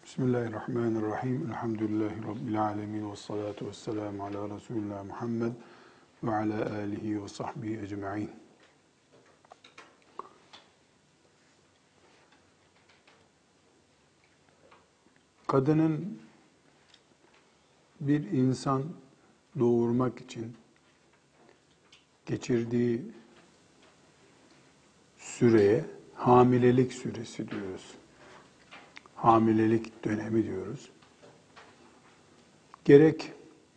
Bismillahirrahmanirrahim. Elhamdülillahi Rabbil alemin. Ve salatu ve selamu ala Resulullah Muhammed ve ala alihi ve sahbihi ecma'in. Kadının bir insan doğurmak için geçirdiği süreye hamilelik süresi diyoruz. Hamilelik dönemi diyoruz. Gerek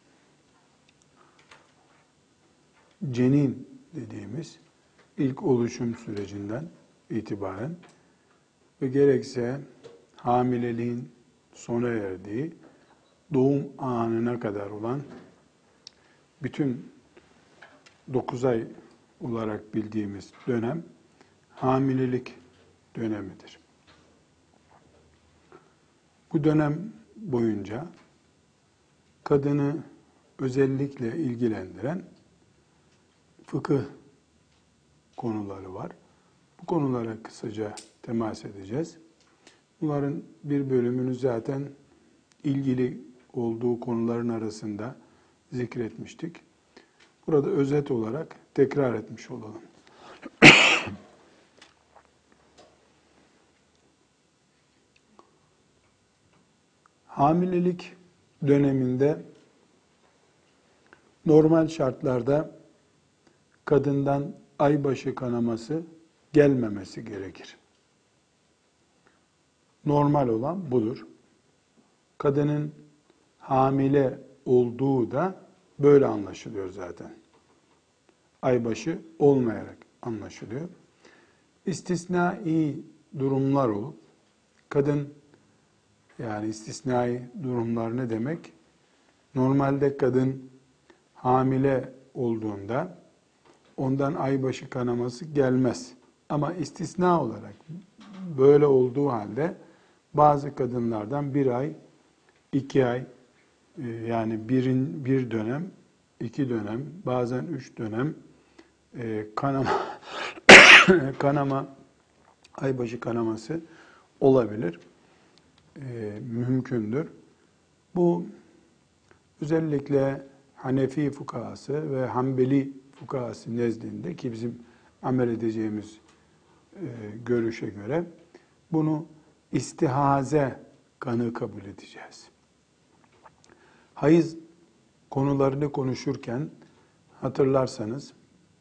cenin dediğimiz ilk oluşum sürecinden itibaren ve gerekse hamileliğin sona erdiği doğum anına kadar olan bütün 9 ay olarak bildiğimiz dönem hamilelik dönemidir. Bu dönem boyunca kadını özellikle ilgilendiren fıkıh konuları var. Bu konulara kısaca temas edeceğiz. Bunların bir bölümünü zaten ilgili olduğu konuların arasında zikretmiştik. Burada özet olarak tekrar etmiş olalım. Hamilelik döneminde normal şartlarda kadından aybaşı kanaması gelmemesi gerekir. Normal olan budur. Kadının hamile olduğu da böyle anlaşılıyor zaten. Aybaşı olmayarak anlaşılıyor. İstisnai durumlar olup kadın, yani istisnai durumlar ne demek? Normalde kadın hamile olduğunda ondan aybaşı kanaması gelmez. Ama istisna olarak böyle olduğu halde bazı kadınlardan 1 ay, 2 ay, yani bir dönem, 2 dönem, bazen 3 dönem kanama, aybaşı kanaması olabilir. Mümkündür. Bu özellikle Hanefi fukahası ve Hanbeli fukahası nezdinde, ki bizim amel edeceğimiz görüşe göre bunu istihaze kanı kabul edeceğiz. Hayız konularını konuşurken hatırlarsanız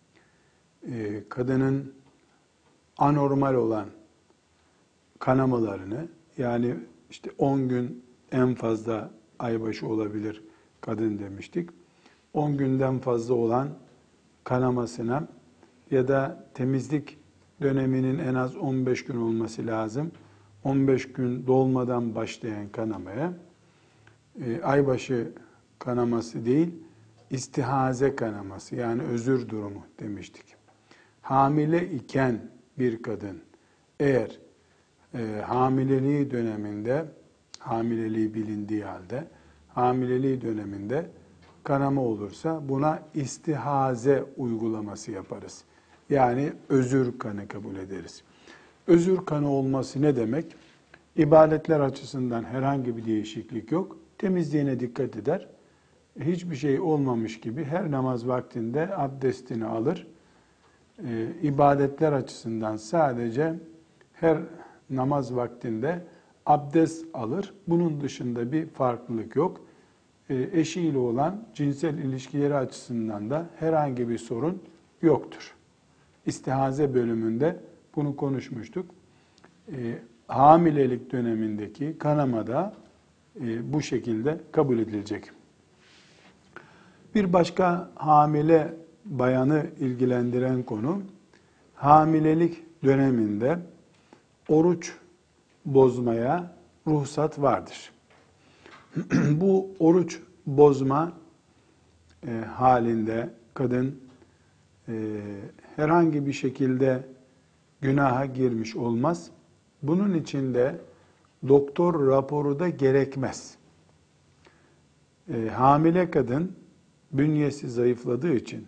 kadının anormal olan kanamalarını, yani işte 10 gün en fazla aybaşı olabilir kadın demiştik. 10 günden fazla olan kanamasına ya da temizlik döneminin en az 15 gün olması lazım. 15 gün dolmadan başlayan kanamaya aybaşı kanaması değil, istihaze kanaması, yani özür durumu demiştik. Hamile iken bir kadın eğer hamileliği döneminde, hamileliği bilindiği halde, hamileliği döneminde kanama olursa buna istihaze uygulaması yaparız. Yani özür kanı kabul ederiz. Özür kanı olması ne demek? İbadetler açısından herhangi bir değişiklik yok. Temizliğine dikkat eder. Hiçbir şey olmamış gibi her namaz vaktinde abdestini alır. İbadetler açısından sadece her namaz vaktinde abdest alır. Bunun dışında bir farklılık yok. Eşiyle olan cinsel ilişkileri açısından da herhangi bir sorun yoktur. İstihaze bölümünde bunu konuşmuştuk. Hamilelik dönemindeki kanamada bu şekilde kabul edilecek. Bir başka hamile bayanı ilgilendiren konu, hamilelik döneminde oruç bozmaya ruhsat vardır. Bu oruç bozma halinde kadın herhangi bir şekilde günaha girmiş olmaz. Bunun için de doktor raporu da gerekmez. Hamile kadın bünyesi zayıfladığı için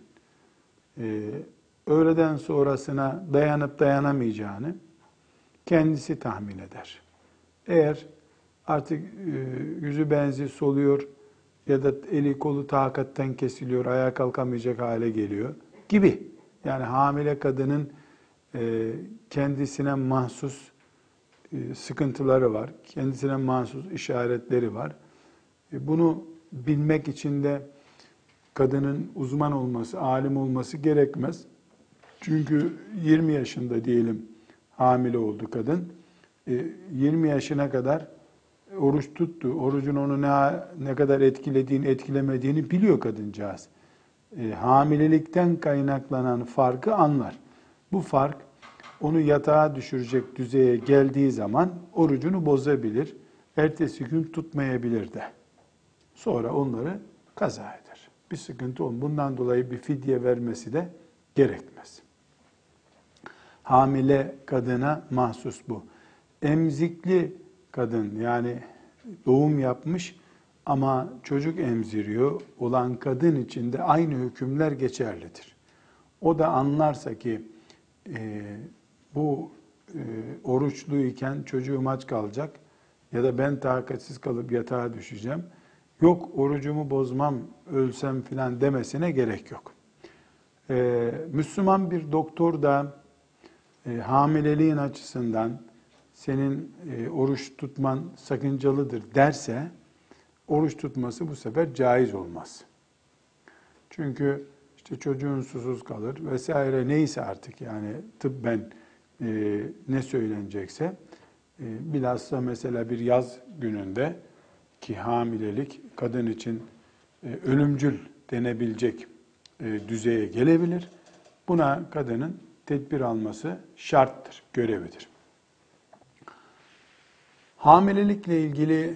öğleden sonrasına dayanıp dayanamayacağını kendisi tahmin eder. Eğer artık yüzü benzi soluyor ya da eli kolu takatten kesiliyor, ayağa kalkamayacak hale geliyor gibi. Yani hamile kadının kendisine mahsus sıkıntıları var, kendisine mahsus işaretleri var. Bunu bilmek için de kadının uzman olması, alim olması gerekmez. Çünkü 20 yaşında diyelim hamile oldu kadın. 20 yaşına kadar oruç tuttu. Orucun onu ne kadar etkilediğini, etkilemediğini biliyor kadıncağız. Hamilelikten kaynaklanan farkı anlar. Bu fark onu yatağa düşürecek düzeye geldiği zaman orucunu bozabilir. Ertesi gün tutmayabilir de. Sonra onları kaza eder. Bir sıkıntı olmaz. Bundan dolayı bir fidye vermesi de gerekmez. Hamile kadına mahsus bu. Emzikli kadın, yani doğum yapmış ama çocuk emziriyor olan kadın için de aynı hükümler geçerlidir. O da anlarsa ki bu oruçluyken çocuğum aç kalacak ya da ben takatsiz kalıp yatağa düşeceğim. Yok orucumu bozmam, ölsem filan demesine gerek yok. Müslüman bir doktor da hamileliğin açısından senin oruç tutman sakıncalıdır derse, oruç tutması bu sefer caiz olmaz. Çünkü işte çocuğun susuz kalır vesaire, neyse artık yani tıbben ne söylenecekse, bilhassa mesela bir yaz gününde ki hamilelik kadın için ölümcül denebilecek düzeye gelebilir. Buna kadının tedbir alması şarttır, görevidir. Hamilelikle ilgili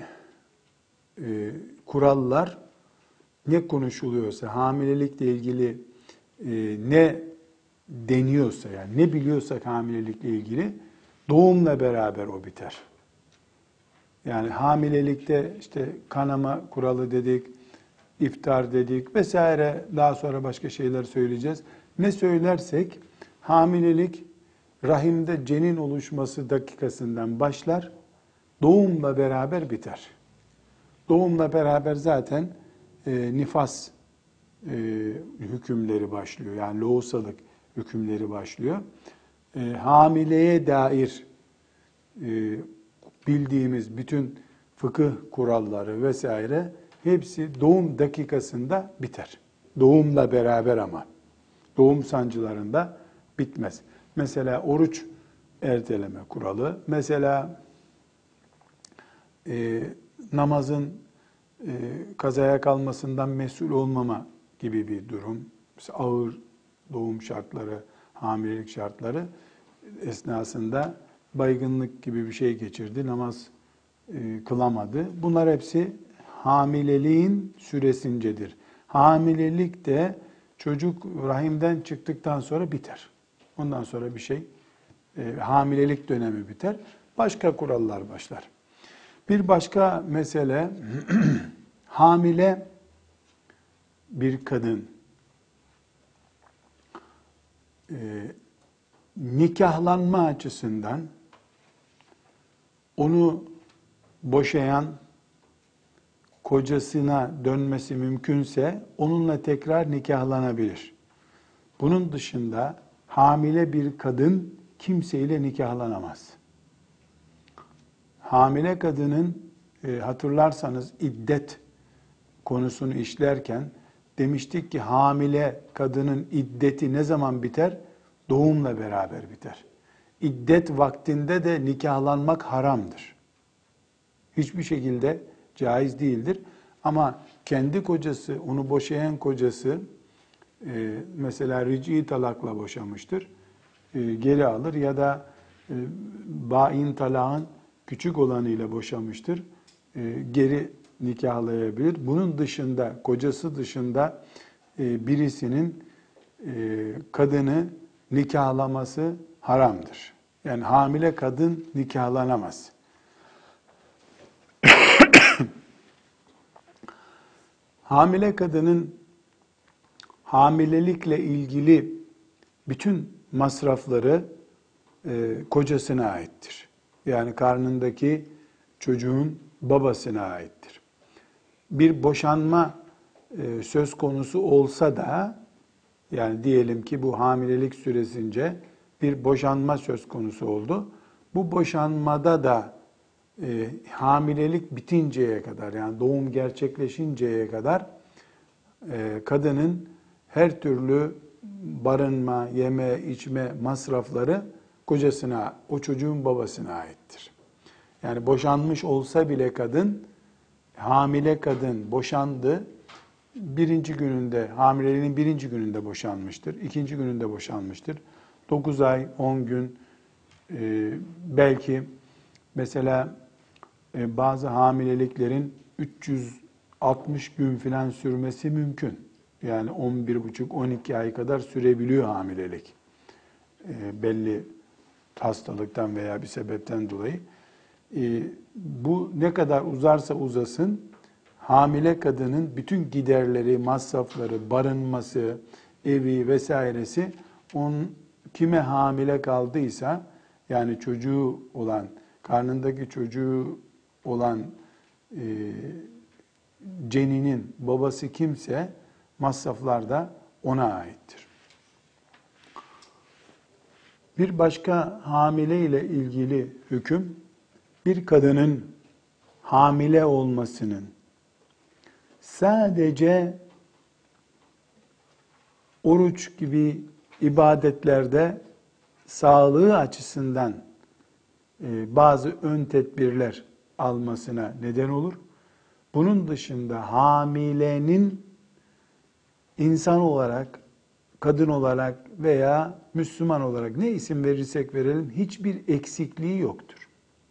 kurallar ne konuşuluyorsa, hamilelikle ilgili ne deniyorsa, yani ne biliyorsak hamilelikle ilgili, doğumla beraber o biter. Yani hamilelikte işte kanama kuralı dedik, iftar dedik vesaire, daha sonra başka şeyler söyleyeceğiz. Ne söylersek hamilelik rahimde cenin oluşması dakikasından başlar, doğumla beraber biter. Doğumla beraber zaten nifas hükümleri başlıyor. Yani lohusalık hükümleri başlıyor. Hamileye dair bildiğimiz bütün fıkıh kuralları vesaire hepsi doğum dakikasında biter. Doğumla beraber ama. Doğum sancılarında bitmez. Mesela oruç erteleme kuralı, mesela namazın kazaya kalmasından mesul olmama gibi bir durum. Mesela ağır doğum şartları, hamilelik şartları esnasında baygınlık gibi bir şey geçirdi, namaz kılamadı. Bunlar hepsi hamileliğin süresincedir. Hamilelik de çocuk rahimden çıktıktan sonra biter. Ondan sonra bir şey, hamilelik dönemi biter. Başka kurallar başlar. Bir başka mesele, hamile bir kadın nikahlanma açısından onu boşayan kocasına dönmesi mümkünse onunla tekrar nikahlanabilir. Bunun dışında hamile bir kadın kimseyle nikahlanamaz. Hamile kadının hatırlarsanız iddet konusunu işlerken demiştik ki hamile kadının iddeti ne zaman biter? Doğumla beraber biter. İddet vaktinde de nikahlanmak haramdır. Hiçbir şekilde caiz değildir. Ama kendi kocası, onu boşayan kocası mesela ric'i talakla boşamıştır. Geri alır ya da bain talağın küçük olanıyla boşamıştır. Geri nikahlayabilir. Bunun dışında, kocası dışında birisinin kadını nikahlaması haramdır. Yani hamile kadın nikahlanamaz. Hamile kadının hamilelikle ilgili bütün masrafları kocasına aittir. Yani karnındaki çocuğun babasına aittir. Bir boşanma söz konusu olsa da, yani diyelim ki bu hamilelik süresince bir boşanma söz konusu oldu. Bu boşanmada da hamilelik bitinceye kadar, yani doğum gerçekleşinceye kadar kadının her türlü barınma, yeme, içme masrafları kocasına, o çocuğun babasına aittir. Yani boşanmış olsa bile kadın, hamile kadın boşandı, birinci gününde, hamileliğinin birinci gününde boşanmıştır, ikinci gününde boşanmıştır. 9 ay, 10 gün, belki mesela bazı hamileliklerin 360 gün falan sürmesi mümkün. Yani 11,5-12 ay kadar sürebiliyor hamilelik. Belli hastalıktan veya bir sebepten dolayı. Bu ne kadar uzarsa uzasın, hamile kadının bütün giderleri, masrafları, barınması, evi vesairesi, kime hamile kaldıysa, yani çocuğu olan, karnındaki çocuğu olan ceninin babası kimse, masraflar da ona aittir. Bir başka hamile ile ilgili hüküm, bir kadının hamile olmasının sadece oruç gibi ibadetlerde sağlığı açısından bazı ön tedbirler almasına neden olur. Bunun dışında hamilenin insan olarak, kadın olarak veya Müslüman olarak ne isim verirsek verelim hiçbir eksikliği yoktur.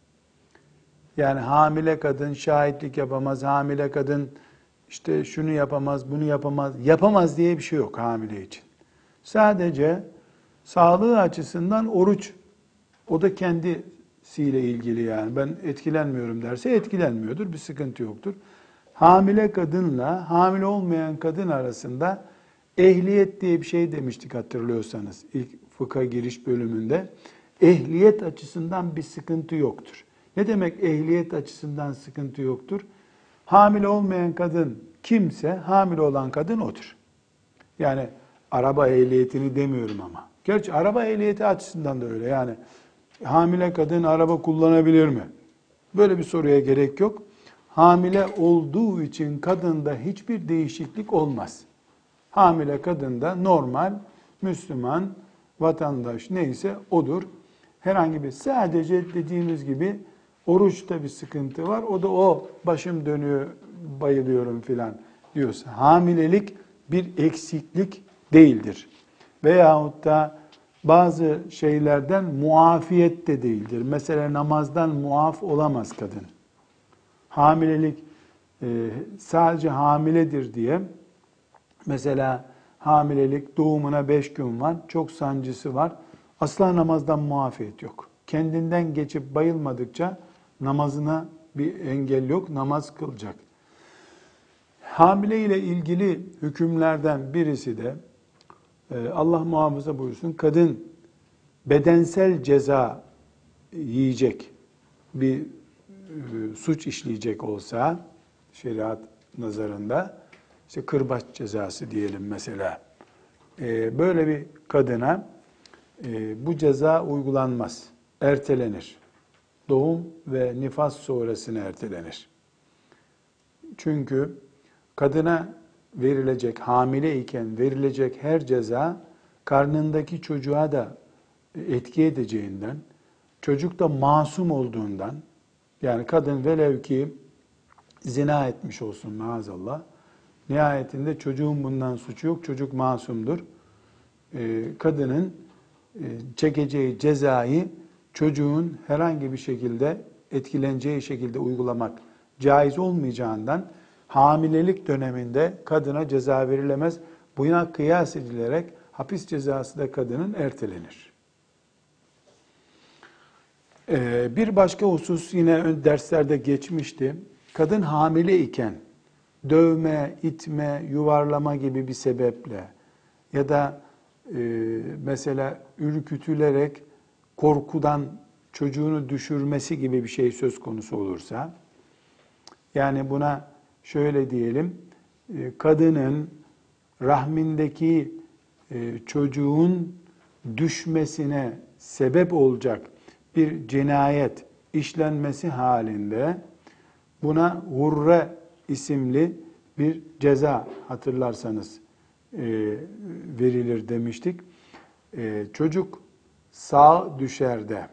Yani hamile kadın şahitlik yapamaz, hamile kadın işte şunu yapamaz, bunu yapamaz. Yapamaz diye bir şey yok hamile için. Sadece sağlığı açısından oruç, o da kendisiyle ilgili yani. Ben etkilenmiyorum derse etkilenmiyordur, bir sıkıntı yoktur. Hamile kadınla hamile olmayan kadın arasında ehliyet diye bir şey demiştik hatırlıyorsanız ilk fıkha giriş bölümünde. Ehliyet açısından bir sıkıntı yoktur. Ne demek ehliyet açısından sıkıntı yoktur? Hamile olmayan kadın kimse, hamile olan kadın odur. Yani araba ehliyetini demiyorum ama. Gerçi araba ehliyeti açısından da öyle. Yani hamile kadın araba kullanabilir mi? Böyle bir soruya gerek yok. Hamile olduğu için kadında hiçbir değişiklik olmaz. Hamile kadında normal, Müslüman, vatandaş neyse odur. Herhangi bir, sadece dediğimiz gibi oruçta bir sıkıntı var. O da o başım dönüyor, bayılıyorum filan diyorsa. Hamilelik bir eksiklik değildir. Veyahut da bazı şeylerden muafiyet de değildir. Mesela namazdan muaf olamaz kadın. Hamilelik sadece hamiledir diye, mesela hamilelik doğumuna 5 gün var, çok sancısı var. Asla namazdan muafiyet yok. Kendinden geçip bayılmadıkça namazına bir engel yok, namaz kılacak. Hamile ile ilgili hükümlerden birisi de Allah muhafaza buyursun, kadın bedensel ceza yiyecek, bir suç işleyecek olsa şeriat nazarında, işte kırbaç cezası diyelim mesela, böyle bir kadına bu ceza uygulanmaz, ertelenir. Doğum ve nifas sonrasına ertelenir. Çünkü kadına verilecek, hamile iken verilecek her ceza karnındaki çocuğa da etki edeceğinden, çocuk da masum olduğundan, yani kadın velev ki zina etmiş olsun maazallah, nihayetinde çocuğun bundan suçu yok, çocuk masumdur. Kadının çekeceği cezayı çocuğun herhangi bir şekilde etkileneceği şekilde uygulamak caiz olmayacağından hamilelik döneminde kadına ceza verilemez. Buna kıyas edilerek hapis cezası da kadının ertelenir. Bir başka husus yine derslerde geçmişti. Kadın hamile iken dövme, itme, yuvarlama gibi bir sebeple ya da mesela ürkütülerek korkudan çocuğunu düşürmesi gibi bir şey söz konusu olursa, yani buna şöyle diyelim, kadının rahmindeki çocuğun düşmesine sebep olacak bir cinayet işlenmesi halinde buna gurre isimli bir ceza, hatırlarsanız verilir demiştik. Çocuk sağ düşer de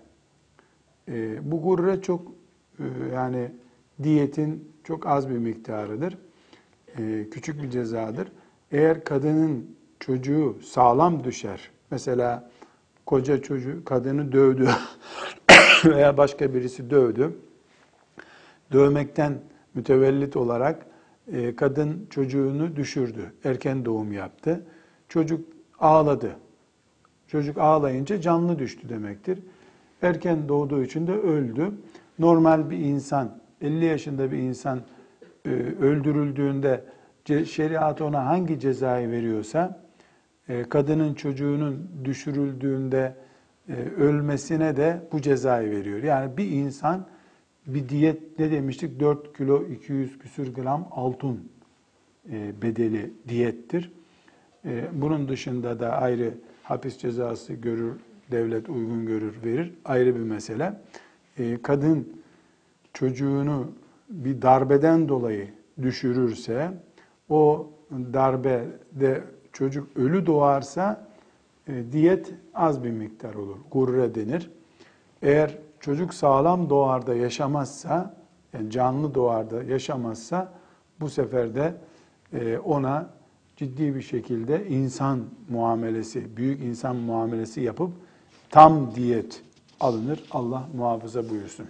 bu gurre çok yani diyetin çok az bir miktarıdır. Küçük bir cezadır. Eğer kadının çocuğu sağlam düşer, mesela koca çocuğu kadını dövdü veya başka birisi dövdü, dövmekten mütevellit olarak kadın çocuğunu düşürdü, erken doğum yaptı. Çocuk ağladı. Çocuk ağlayınca canlı düştü demektir. Erken doğduğu için de öldü. Normal bir insan, 50 yaşında bir insan öldürüldüğünde şeriat ona hangi cezayı veriyorsa, kadının çocuğunun düşürüldüğünde ölmesine de bu cezayı veriyor. Yani bir insan bir diyet, ne demiştik? 4 kilo 200 küsür gram altın bedeli diyettir. Bunun dışında da ayrı hapis cezası görür, devlet uygun görür, verir. Ayrı bir mesele. Kadın çocuğunu bir darbeden dolayı düşürürse, o darbede çocuk ölü doğarsa diyet az bir miktar olur. Gurre denir. Eğer çocuk sağlam doğar da yaşamazsa, yani canlı doğar da yaşamazsa, bu sefer de ona ciddi bir şekilde insan muamelesi, büyük insan muamelesi yapıp tam diyet alınır. Allah muhafaza buyursun.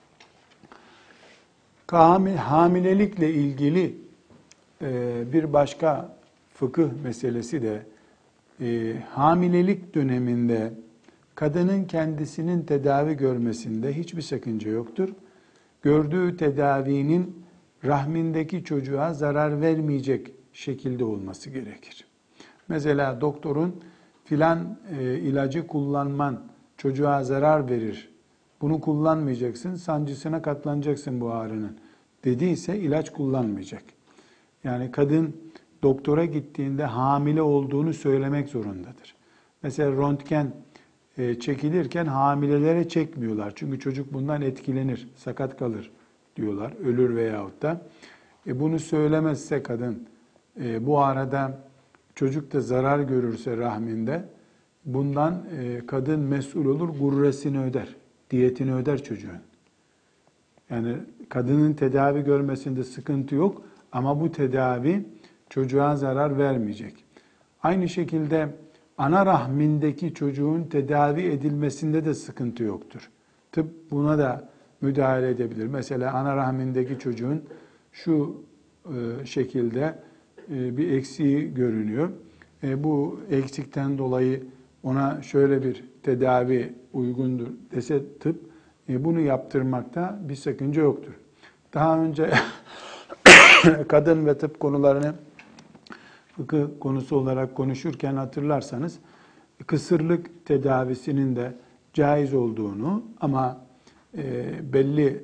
Hamilelikle ilgili bir başka fıkıh meselesi de hamilelik döneminde kadının kendisinin tedavi görmesinde hiçbir sakınca yoktur. Gördüğü tedavinin rahmindeki çocuğa zarar vermeyecek şekilde olması gerekir. Mesela doktorun filan ilacı kullanman çocuğa zarar verir, bunu kullanmayacaksın, sancısına katlanacaksın bu ağrının dediyse ilaç kullanmayacak. Yani kadın doktora gittiğinde hamile olduğunu söylemek zorundadır. Mesela röntgen çekilirken hamilelere çekmiyorlar. Çünkü çocuk bundan etkilenir, sakat kalır diyorlar, ölür veyahut da. Bunu söylemezse kadın, bu arada çocuk da zarar görürse rahminde, bundan kadın mesul olur, gurresini öder, diyetini öder çocuğun. Yani kadının tedavi görmesinde sıkıntı yok ama bu tedavi çocuğa zarar vermeyecek. Aynı şekilde ana rahmindeki çocuğun tedavi edilmesinde de sıkıntı yoktur. Tıp buna da müdahale edebilir. Mesela ana rahmindeki çocuğun şu şekilde bir eksiği görünüyor. Bu eksikten dolayı ona şöyle bir tedavi uygundur dese tıp, bunu yaptırmakta bir sakınca yoktur. Daha önce kadın ve tıp konularını fıkıh konusu olarak konuşurken hatırlarsanız kısırlık tedavisinin de caiz olduğunu ama belli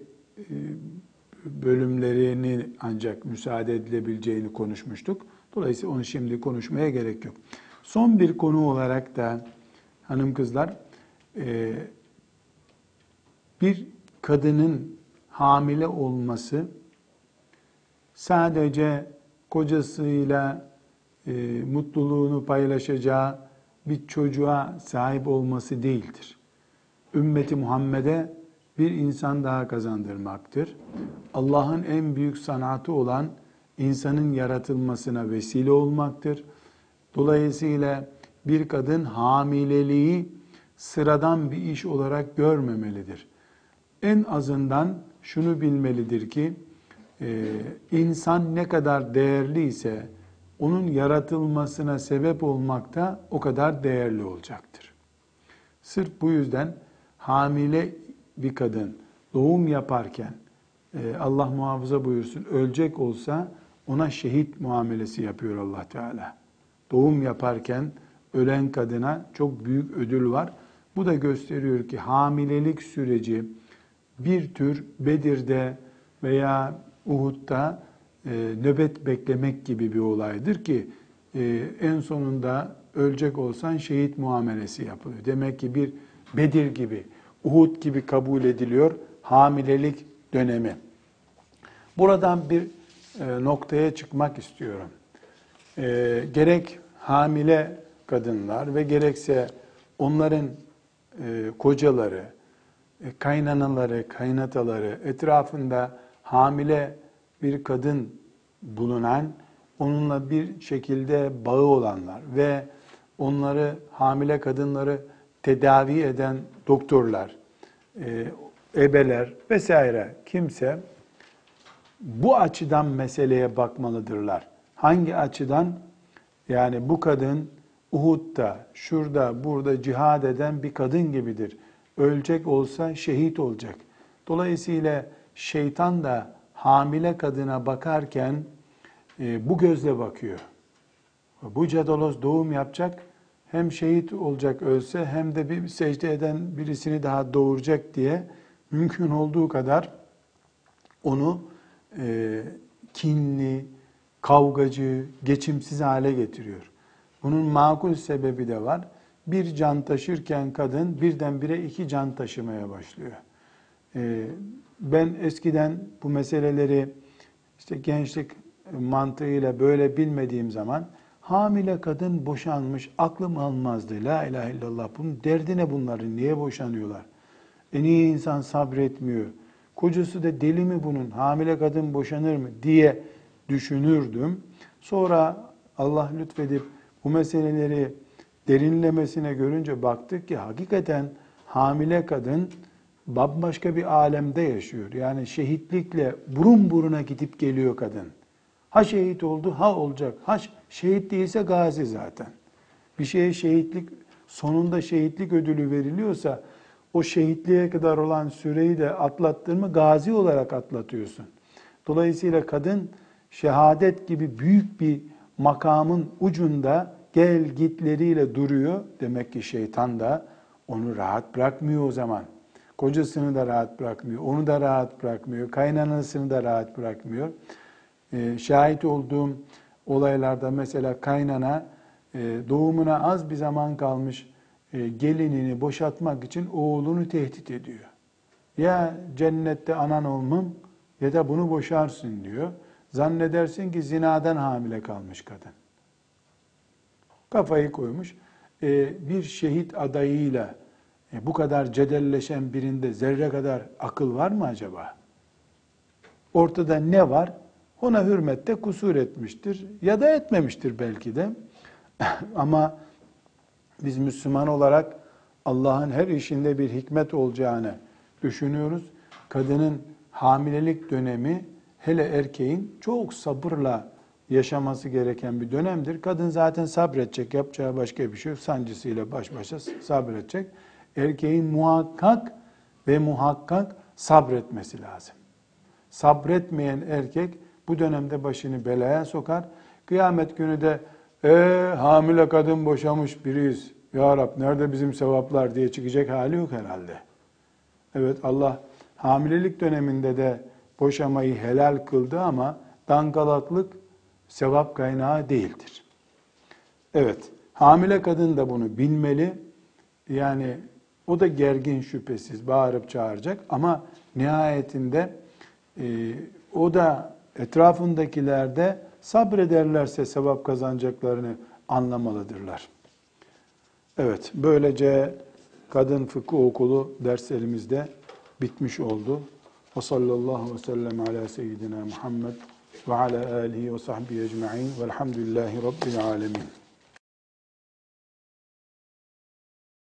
bölümlerini ancak müsaade edilebileceğini konuşmuştuk. Dolayısıyla onu şimdi konuşmaya gerek yok. Son bir konu olarak da hanım kızlar, bir kadının hamile olması sadece kocasıyla mutluluğunu paylaşacağı bir çocuğa sahip olması değildir. Ümmeti Muhammed'e bir insan daha kazandırmaktır. Allah'ın en büyük sanatı olan insanın yaratılmasına vesile olmaktır. Dolayısıyla bir kadın hamileliği sıradan bir iş olarak görmemelidir. En azından şunu bilmelidir ki, insan ne kadar değerliyse onun yaratılmasına sebep olmak da o kadar değerli olacaktır. Sırf bu yüzden hamile bir kadın doğum yaparken Allah muhafaza buyursun ölecek olsa ona şehit muamelesi yapıyor Allah Teala. Doğum yaparken ölen kadına çok büyük ödül var. Bu da gösteriyor ki hamilelik süreci bir tür Bedir'de veya Uhud'da nöbet beklemek gibi bir olaydır ki en sonunda ölecek olsan şehit muamelesi yapılıyor. Demek ki bir Bedir gibi, Uhud gibi kabul ediliyor hamilelik dönemi. Buradan bir noktaya çıkmak istiyorum. Gerek hamile kadınlar ve gerekse onların kocaları, kaynanaları, kaynataları, etrafında hamile bir kadın bulunan, onunla bir şekilde bağı olanlar ve onları, hamile kadınları tedavi eden doktorlar, ebeler vesaire kimse bu açıdan meseleye bakmalıdırlar. Hangi açıdan? Yani bu kadın Uhud'da, şurada, burada cihad eden bir kadın gibidir. Ölecek olsa şehit olacak. Dolayısıyla şeytan da hamile kadına bakarken bu gözle bakıyor. Bu cadaloz doğum yapacak, hem şehit olacak ölse hem de bir secde eden birisini daha doğuracak diye mümkün olduğu kadar onu kinli, kavgacı, geçimsiz hale getiriyor. Bunun makul sebebi de var. Bir can taşırken kadın birdenbire 2 can taşımaya başlıyor. Ben eskiden bu meseleleri işte gençlik mantığıyla böyle bilmediğim zaman hamile kadın boşanmış aklım almazdı. La ilahe illallah, bunun derdi ne bunların? Niye boşanıyorlar? Niye insan sabretmiyor? Kocası da deli mi bunun? Hamile kadın boşanır mı diye düşünürdüm. Sonra Allah lütfedip bu meseleleri derinlemesine görünce baktık ki hakikaten hamile kadın bambaşka bir alemde yaşıyor. Yani şehitlikle burun buruna gidip geliyor kadın. Ha şehit oldu, ha olacak. Ha şehit değilse gazi zaten. Bir şeye şehitlik, sonunda şehitlik ödülü veriliyorsa o şehitliğe kadar olan süreyi de atlattın mı gazi olarak atlatıyorsun. Dolayısıyla kadın şehadet gibi büyük bir makamın ucunda gel gitleriyle duruyor. Demek ki şeytan da onu rahat bırakmıyor o zaman. Kocasını da rahat bırakmıyor, onu da rahat bırakmıyor, kaynanasını da rahat bırakmıyor. Şahit olduğum olaylarda mesela kaynana doğumuna az bir zaman kalmış gelinini boşatmak için oğlunu tehdit ediyor. Ya cennette anan olmam ya da bunu boşarsın diyor. Zannedersin ki zinadan hamile kalmış kadın. Kafayı koymuş. Bir şehit adayıyla bu kadar cedelleşen birinde zerre kadar akıl var mı acaba? Ortada ne var? Ona hürmette kusur etmiştir ya da etmemiştir belki de. Ama biz Müslüman olarak Allah'ın her işinde bir hikmet olacağını düşünüyoruz. Kadının hamilelik dönemi hele erkeğin çok sabırla yaşaması gereken bir dönemdir. Kadın zaten sabredecek, yapacağı başka bir şey yok. Sancısıyla baş başa sabredecek. Erkeğin muhakkak ve muhakkak sabretmesi lazım. Sabretmeyen erkek bu dönemde başını belaya sokar. Kıyamet günü de hamile kadın boşamış biriyiz. Ya Rab nerede bizim sevaplar diye çıkacak hali yok herhalde. Evet, Allah hamilelik döneminde de boşamayı helal kıldı ama dangalaklık sevap kaynağı değildir. Evet, hamile kadın da bunu bilmeli. Yani o da gergin şüphesiz, bağırıp çağıracak ama nihayetinde o da etrafındakiler de sabrederlerse sevap kazanacaklarını anlamalıdırlar. Evet, böylece Kadın Fıkıh Okulu derslerimizde bitmiş oldu. Ve sallallahu ve sellem ala seyyidina Muhammed ve ala alihi ve sahbihi ecma'in velhamdülillahi rabbil alemin.